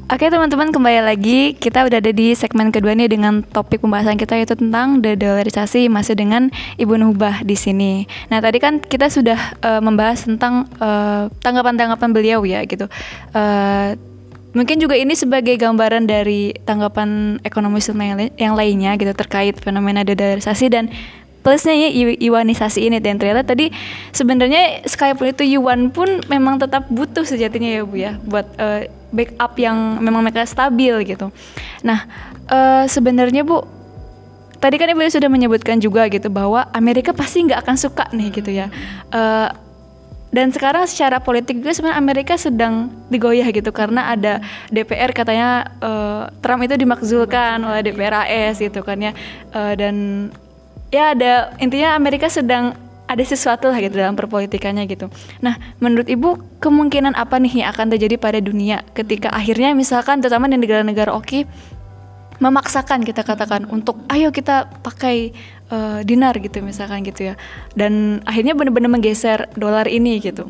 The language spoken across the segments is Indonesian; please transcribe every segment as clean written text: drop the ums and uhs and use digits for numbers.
Oke teman-teman, kembali lagi. Kita udah ada di segmen kedua nih dengan topik pembahasan kita yaitu tentang de-dollarisasi, masih dengan Ibu Nuhbah di sini. Nah tadi kan kita sudah membahas tentang tanggapan-tanggapan beliau ya gitu. Mungkin juga ini sebagai gambaran dari tanggapan ekonomi yang lainnya gitu terkait fenomena de-dollarisasi dan plusnya ya yuanisasi ini. Dan ternyata tadi sebenarnya sekalipun itu yuan pun memang tetap butuh sejatinya ya Bu ya buat backup yang memang mereka stabil gitu. Nah sebenarnya Bu, tadi kan Ibu sudah menyebutkan juga gitu bahwa Amerika pasti nggak akan suka nih gitu ya. Dan sekarang secara politik juga sebenarnya Amerika sedang digoyah gitu karena ada DPR katanya Trump itu dimakzulkan oleh DPR AS gitu kan ya. Dan ya ada intinya Amerika sedang ada sesuatu lah gitu dalam perpolitikannya gitu. Nah, menurut Ibu kemungkinan apa nih yang akan terjadi pada dunia ketika akhirnya misalkan terutama di negara-negara oki memaksakan kita katakan untuk ayo kita pakai dinar gitu misalkan gitu ya. Dan akhirnya benar-benar menggeser dolar ini gitu.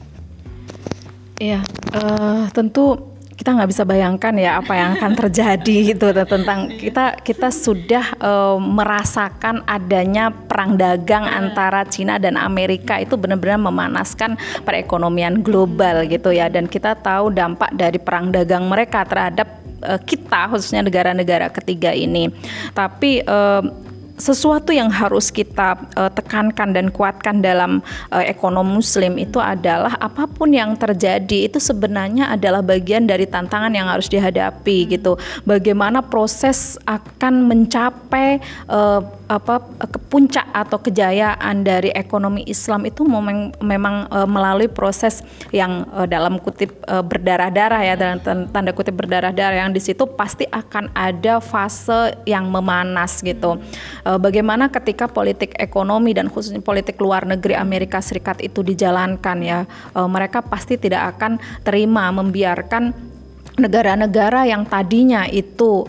Iya, tentu kita nggak bisa bayangkan ya apa yang akan terjadi gitu tentang kita sudah merasakan adanya perang dagang antara Cina dan Amerika itu benar-benar memanaskan perekonomian global gitu ya, dan kita tahu dampak dari perang dagang mereka terhadap kita khususnya negara-negara ketiga ini. Tapi sesuatu yang harus kita tekankan dan kuatkan dalam ekonomi muslim itu adalah apapun yang terjadi itu sebenarnya adalah bagian dari tantangan yang harus dihadapi gitu. Bagaimana proses akan mencapai ke puncak atau kejayaan dari ekonomi Islam itu memang melalui proses yang dalam kutip berdarah-darah ya, dalam tanda kutip berdarah-darah, yang di situ pasti akan ada fase yang memanas gitu. Bagaimana ketika politik ekonomi dan khususnya politik luar negeri Amerika Serikat itu dijalankan ya, mereka pasti tidak akan terima membiarkan negara-negara yang tadinya itu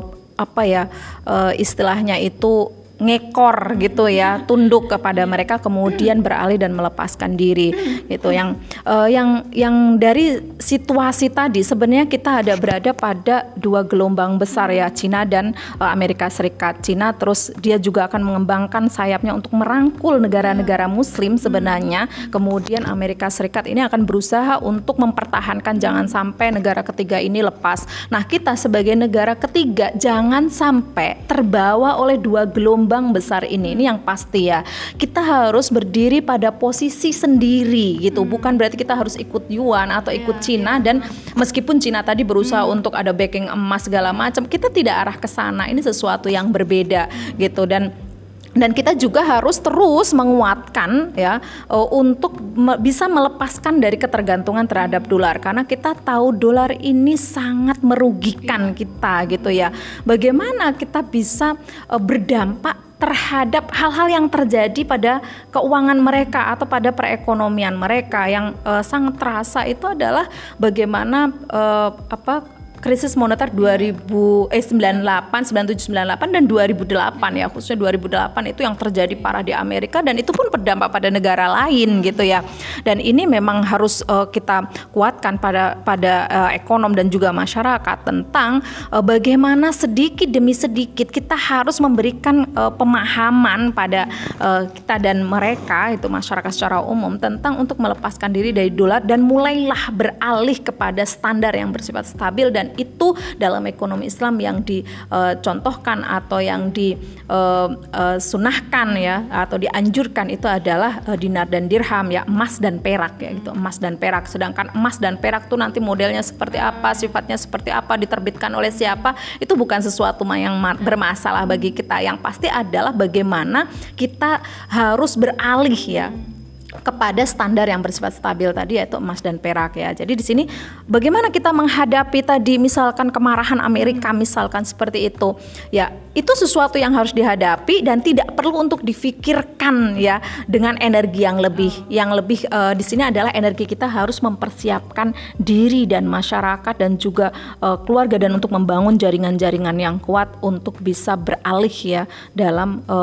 istilahnya itu ngekor gitu ya, tunduk kepada mereka kemudian beralih dan melepaskan diri gitu. Yang dari situasi tadi sebenarnya kita berada pada dua gelombang besar ya, Cina dan Amerika Serikat. Cina terus dia juga akan mengembangkan sayapnya untuk merangkul negara-negara muslim sebenarnya, kemudian Amerika Serikat ini akan berusaha untuk mempertahankan jangan sampai negara ketiga ini lepas. Nah, kita sebagai negara ketiga jangan sampai terbawa oleh dua gelombang besar ini yang pasti ya. Kita harus berdiri pada posisi sendiri gitu. Bukan berarti kita harus ikut yuan atau ikut Cina, dan meskipun Cina tadi berusaha untuk ada backing emas segala macam, kita tidak arah ke sana. Ini sesuatu yang berbeda gitu, dan kita juga harus terus menguatkan ya untuk bisa melepaskan dari ketergantungan terhadap dolar, karena kita tahu dolar ini sangat merugikan kita gitu ya. Bagaimana kita bisa berdampak terhadap hal-hal yang terjadi pada keuangan mereka atau pada perekonomian mereka. Yang sangat terasa itu adalah bagaimana krisis moneter 97, 98 dan 2008 ya, khususnya 2008 itu yang terjadi parah di Amerika, dan itu pun berdampak pada negara lain gitu ya. Dan ini memang harus kita kuatkan pada ekonom dan juga masyarakat tentang bagaimana sedikit demi sedikit kita harus memberikan pemahaman pada kita dan mereka itu masyarakat secara umum tentang untuk melepaskan diri dari dolar dan mulailah beralih kepada standar yang bersifat stabil. Dan itu dalam ekonomi Islam yang dicontohkan atau yang disunahkan ya atau dianjurkan itu adalah dinar dan dirham ya, emas dan perak ya gitu, emas dan perak. Sedangkan emas dan perak tuh nanti modelnya seperti apa, sifatnya seperti apa, diterbitkan oleh siapa, itu bukan sesuatu yang bermasalah bagi kita. Yang pasti adalah bagaimana kita harus beralih ya kepada standar yang bersifat stabil tadi, yaitu emas dan perak ya. Jadi di sini bagaimana kita menghadapi tadi misalkan kemarahan Amerika misalkan seperti itu ya, itu sesuatu yang harus dihadapi dan tidak perlu untuk difikirkan ya dengan energi yang lebih di sini adalah energi kita harus mempersiapkan diri dan masyarakat dan juga keluarga, dan untuk membangun jaringan-jaringan yang kuat untuk bisa beralih ya dalam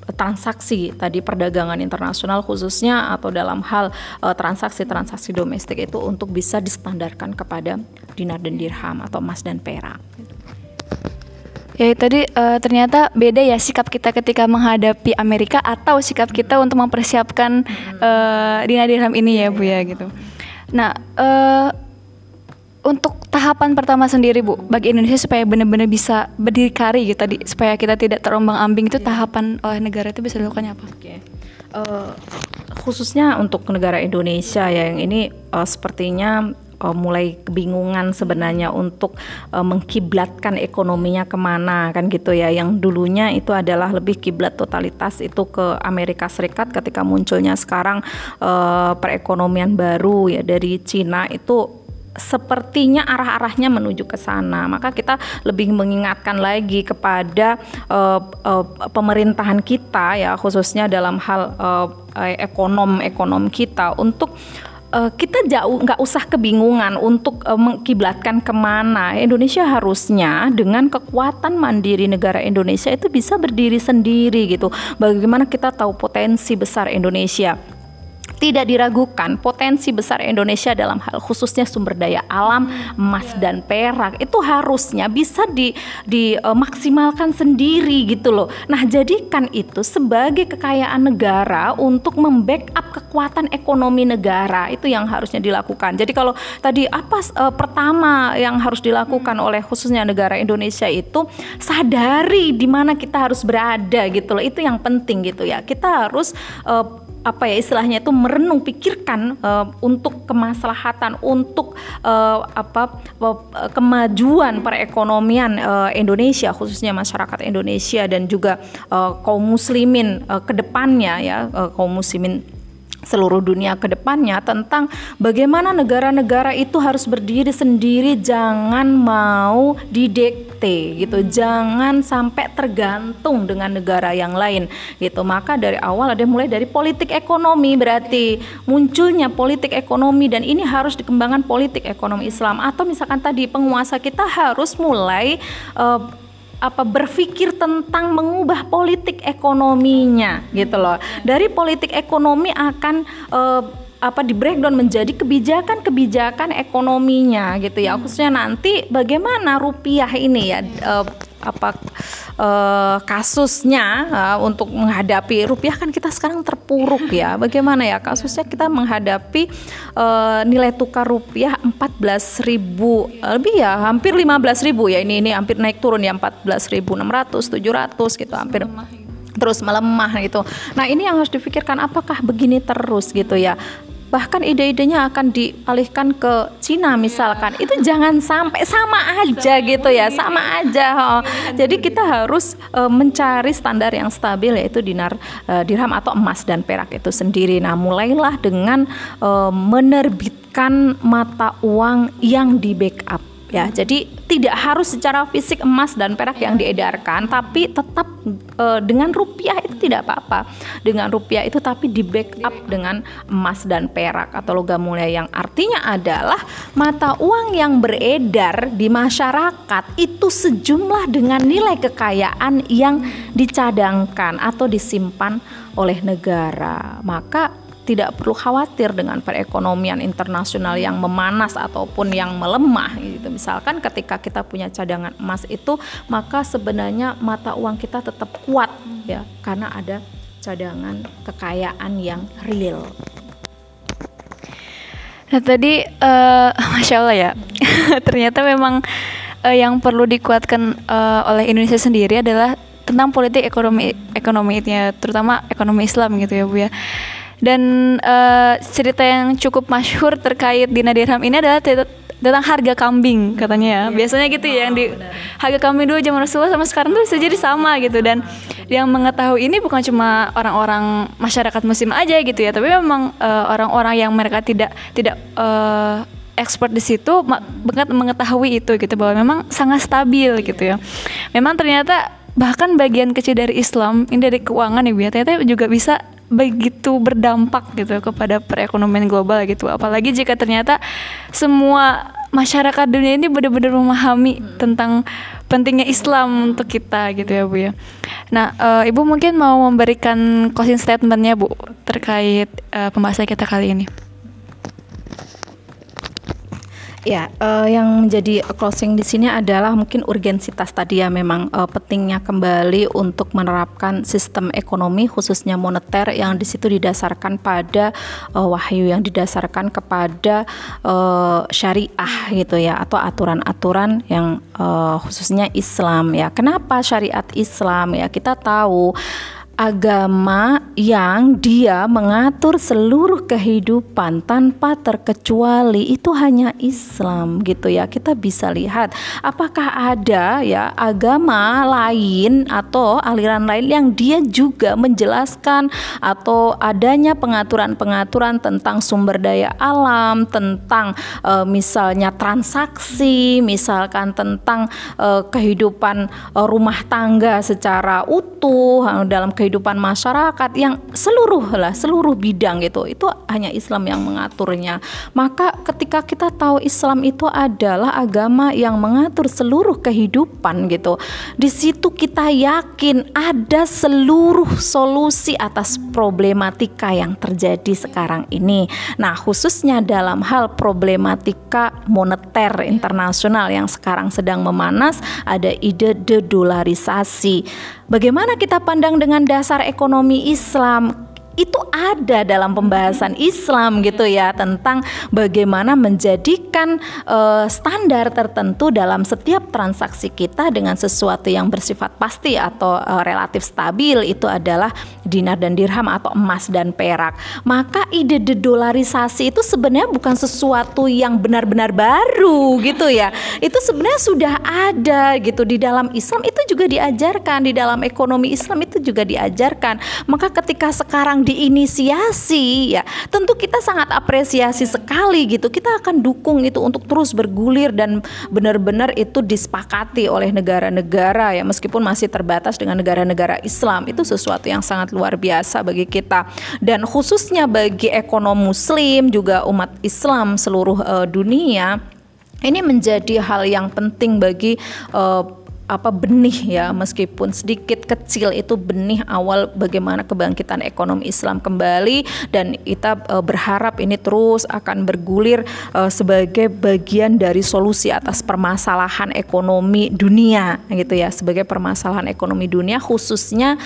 transaksi tadi perdagangan internasional khususnya atau dalam hal transaksi-transaksi domestik itu untuk bisa distandarkan kepada dinar dan dirham atau emas dan perak. Ya tadi ternyata beda ya sikap kita ketika menghadapi Amerika atau sikap kita untuk mempersiapkan dinar dirham ini ya Bu ya gitu. Nah untuk tahapan pertama sendiri Bu bagi Indonesia supaya benar-benar bisa berdikari gitu tadi supaya kita tidak terombang-ambing itu tahapan oleh negara itu bisa dilakukannya apa? Khususnya untuk negara Indonesia ya yang ini sepertinya mulai kebingungan sebenarnya untuk mengkiblatkan ekonominya kemana kan gitu ya, yang dulunya itu adalah lebih kiblat totalitas itu ke Amerika Serikat, ketika munculnya sekarang perekonomian baru ya dari Cina itu sepertinya arah-arahnya menuju ke sana. Maka kita lebih mengingatkan lagi kepada pemerintahan kita ya khususnya dalam hal ekonom kita untuk kita jauh nggak usah kebingungan untuk mengkiblatkan kemana. Indonesia harusnya dengan kekuatan mandiri negara Indonesia itu bisa berdiri sendiri gitu. Bagaimana kita tahu potensi besar Indonesia? Tidak diragukan potensi besar Indonesia dalam hal khususnya sumber daya alam, emas dan perak itu harusnya bisa dimaksimalkan sendiri gitu loh. Nah, jadikan itu sebagai kekayaan negara untuk membackup kekuatan ekonomi negara, itu yang harusnya dilakukan. Jadi kalau tadi apa pertama yang harus dilakukan oleh khususnya negara Indonesia itu sadari di mana kita harus berada gitu loh. Itu yang penting gitu ya. Kita harus istilahnya itu merenung, pikirkan untuk kemaslahatan, untuk kemajuan perekonomian Indonesia khususnya masyarakat Indonesia dan juga kaum muslimin ke depannya ya, kaum muslimin seluruh dunia ke depannya, tentang bagaimana negara-negara itu harus berdiri sendiri, jangan mau didikte gitu, jangan sampai tergantung dengan negara yang lain gitu. Maka dari awal ada mulai dari politik ekonomi, berarti munculnya politik ekonomi, dan ini harus dikembangkan politik ekonomi Islam. Atau misalkan tadi penguasa kita harus mulai berpikir tentang mengubah politik ekonominya gitu loh. Dari politik ekonomi akan di breakdown menjadi kebijakan ekonominya gitu ya. Khususnya nanti bagaimana rupiah ini ya kasusnya untuk menghadapi rupiah, kan kita sekarang terpuruk ya. Bagaimana ya kasusnya kita menghadapi nilai tukar rupiah 14.000 lebih ya, hampir 15.000 ya, ini hampir naik turun ya, 14.600 700 gitu, hampir terus melemah gitu. Nah, ini yang harus dipikirkan, apakah begini terus gitu ya. Bahkan ide-idenya akan dialihkan ke Cina misalkan, itu jangan sampai, sama aja gitu ya, sama aja. Jadi kita harus mencari standar yang stabil, yaitu dinar dirham atau emas dan perak itu sendiri. Nah, mulailah dengan menerbitkan mata uang yang di backup ya. Jadi tidak harus secara fisik emas dan perak yang diedarkan, tapi tetap dengan rupiah itu tidak apa-apa. Dengan rupiah itu tapi di backup dengan emas dan perak atau logam mulia, yang artinya adalah mata uang yang beredar di masyarakat itu sejumlah dengan nilai kekayaan yang dicadangkan atau disimpan oleh negara. Maka tidak perlu khawatir dengan perekonomian internasional yang memanas ataupun yang melemah gitu. Misalkan ketika kita punya cadangan emas itu, maka sebenarnya mata uang kita tetap kuat ya, karena ada cadangan kekayaan yang real. Nah tadi Masya Allah ya ternyata memang yang perlu dikuatkan oleh Indonesia sendiri adalah tentang politik ekonominya, terutama ekonomi Islam gitu ya Bu ya. Dan cerita yang cukup masyhur terkait dinar dirham ini adalah tentang harga kambing katanya ya. Biasanya gitu ya, yang di harga kambing dulu zaman Rasulullah sama sekarang tuh bisa jadi sama gitu. Dan yang mengetahui ini bukan cuma orang-orang masyarakat muslim aja gitu ya, tapi memang orang-orang yang mereka tidak expert di situ banget mengetahui itu gitu, bahwa memang sangat stabil gitu ya. Memang ternyata bahkan bagian kecil dari Islam ini, dari keuangan ya Bu, ternyata juga bisa begitu berdampak gitu kepada perekonomian global gitu. Apalagi jika ternyata semua masyarakat dunia ini benar-benar memahami tentang pentingnya Islam untuk kita gitu ya Bu ya. Nah, Ibu mungkin mau memberikan closing statement-nya Bu terkait pembahasan kita kali ini. Ya, yang menjadi closing di sini adalah mungkin urgensitas tadi ya, memang pentingnya kembali untuk menerapkan sistem ekonomi khususnya moneter yang di situ didasarkan pada wahyu, yang didasarkan kepada syariah gitu ya, atau aturan-aturan yang khususnya Islam ya. Kenapa syariat Islam ya? Kita tahu agama yang dia mengatur seluruh kehidupan tanpa terkecuali itu hanya Islam gitu ya. Kita bisa lihat apakah ada ya agama lain atau aliran lain yang dia juga menjelaskan atau adanya pengaturan-pengaturan tentang sumber daya alam, tentang misalnya transaksi, misalkan tentang kehidupan rumah tangga secara utuh dalam kehidupan masyarakat yang seluruh bidang gitu, itu hanya Islam yang mengaturnya. Maka ketika kita tahu Islam itu adalah agama yang mengatur seluruh kehidupan gitu, di situ kita yakin ada seluruh solusi atas problematika yang terjadi sekarang ini. Nah, khususnya dalam hal problematika moneter internasional yang sekarang sedang memanas, ada ide dedolarisasi. Bagaimana kita pandang dengan dasar ekonomi Islam? Itu ada dalam pembahasan Islam gitu ya, tentang bagaimana menjadikan standar tertentu dalam setiap transaksi kita dengan sesuatu yang bersifat pasti atau relatif stabil, itu adalah dinar dan dirham atau emas dan perak. Maka ide dedolarisasi itu sebenarnya bukan sesuatu yang benar-benar baru gitu ya. Itu sebenarnya sudah ada gitu di dalam Islam, itu juga diajarkan, di dalam ekonomi Islam itu juga diajarkan. Maka ketika sekarang diinisiasi ya, tentu kita sangat apresiasi sekali gitu. Kita akan dukung itu untuk terus bergulir dan benar-benar itu disepakati oleh negara-negara ya, meskipun masih terbatas dengan negara-negara Islam. Itu sesuatu yang sangat luar biasa bagi kita, dan khususnya bagi ekonom muslim juga umat Islam seluruh dunia. Ini menjadi hal yang penting bagi benih ya, meskipun sedikit kecil, itu benih awal bagaimana kebangkitan ekonomi Islam kembali, dan kita berharap ini terus akan bergulir sebagai bagian dari solusi atas permasalahan ekonomi dunia gitu ya, sebagai permasalahan ekonomi dunia, khususnya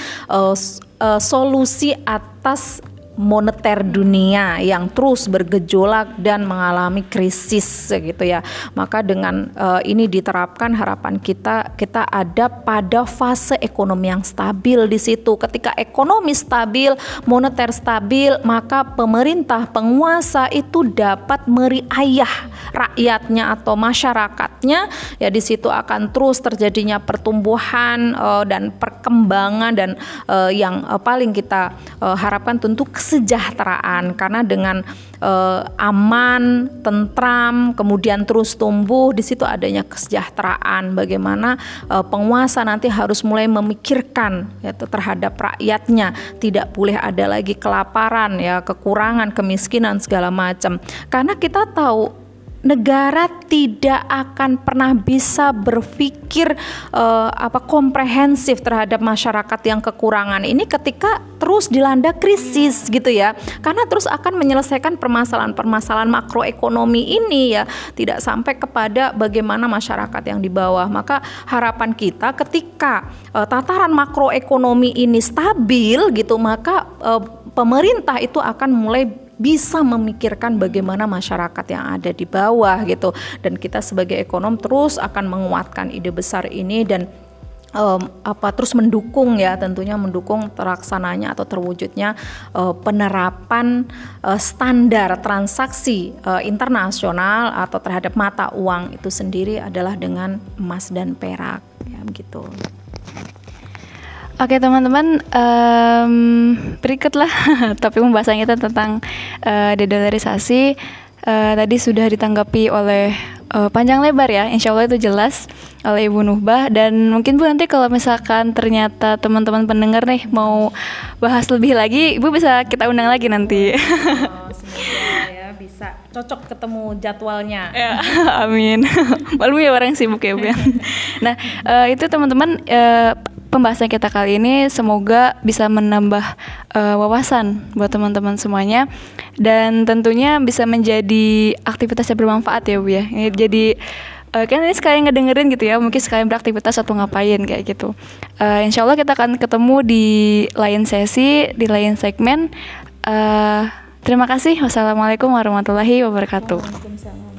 solusi atas moneter dunia yang terus bergejolak dan mengalami krisis gitu ya. Maka dengan ini diterapkan, harapan kita ada pada fase ekonomi yang stabil di situ. Ketika ekonomi stabil, moneter stabil, maka pemerintah, penguasa itu dapat meriayah rakyatnya atau masyarakatnya ya. Di situ akan terus terjadinya pertumbuhan dan perkembangan, dan yang paling kita harapkan tentu kesejahteraan, karena dengan aman, tentram, kemudian terus tumbuh, di situ adanya kesejahteraan. Bagaimana penguasa nanti harus mulai memikirkan ya, terhadap rakyatnya, tidak boleh ada lagi kelaparan ya, kekurangan, kemiskinan segala macam. Karena kita tahu negara tidak akan pernah bisa berpikir komprehensif terhadap masyarakat yang kekurangan ini ketika terus dilanda krisis gitu ya. Karena terus akan menyelesaikan permasalahan-permasalahan makroekonomi ini ya, tidak sampai kepada bagaimana masyarakat yang di bawah. Maka harapan kita ketika tataran makroekonomi ini stabil gitu, maka pemerintah itu akan mulai bisa memikirkan bagaimana masyarakat yang ada di bawah gitu. Dan kita sebagai ekonom terus akan menguatkan ide besar ini, dan terus mendukung ya, tentunya mendukung terlaksananya atau terwujudnya penerapan standar transaksi internasional atau terhadap mata uang itu sendiri adalah dengan emas dan perak ya, begitu. Oke teman-teman, berikutlah topik pembahasan kita tentang dedolarisasi. Tadi sudah ditanggapi oleh panjang lebar ya, insya Allah itu jelas oleh Ibu Nuhbah. Dan mungkin Bu, nanti kalau misalkan ternyata teman-teman pendengar nih mau bahas lebih lagi, Ibu bisa kita undang lagi nanti. Semoga ya bisa cocok ketemu jadwalnya. Ya, amin. Maklum ya orang sibuk ya, Bu. Nah, itu teman-teman, pembahasan kita kali ini semoga bisa menambah wawasan buat teman-teman semuanya, dan tentunya bisa menjadi aktivitas yang bermanfaat ya, Bu ya. Jadi kan ini sekalian ngedengerin gitu ya, mungkin sekalian beraktivitas atau ngapain kayak gitu. Insya Allah kita akan ketemu di lain sesi, di lain segmen. Terima kasih. Wassalamualaikum warahmatullahi wabarakatuh. Waalaikumsalam.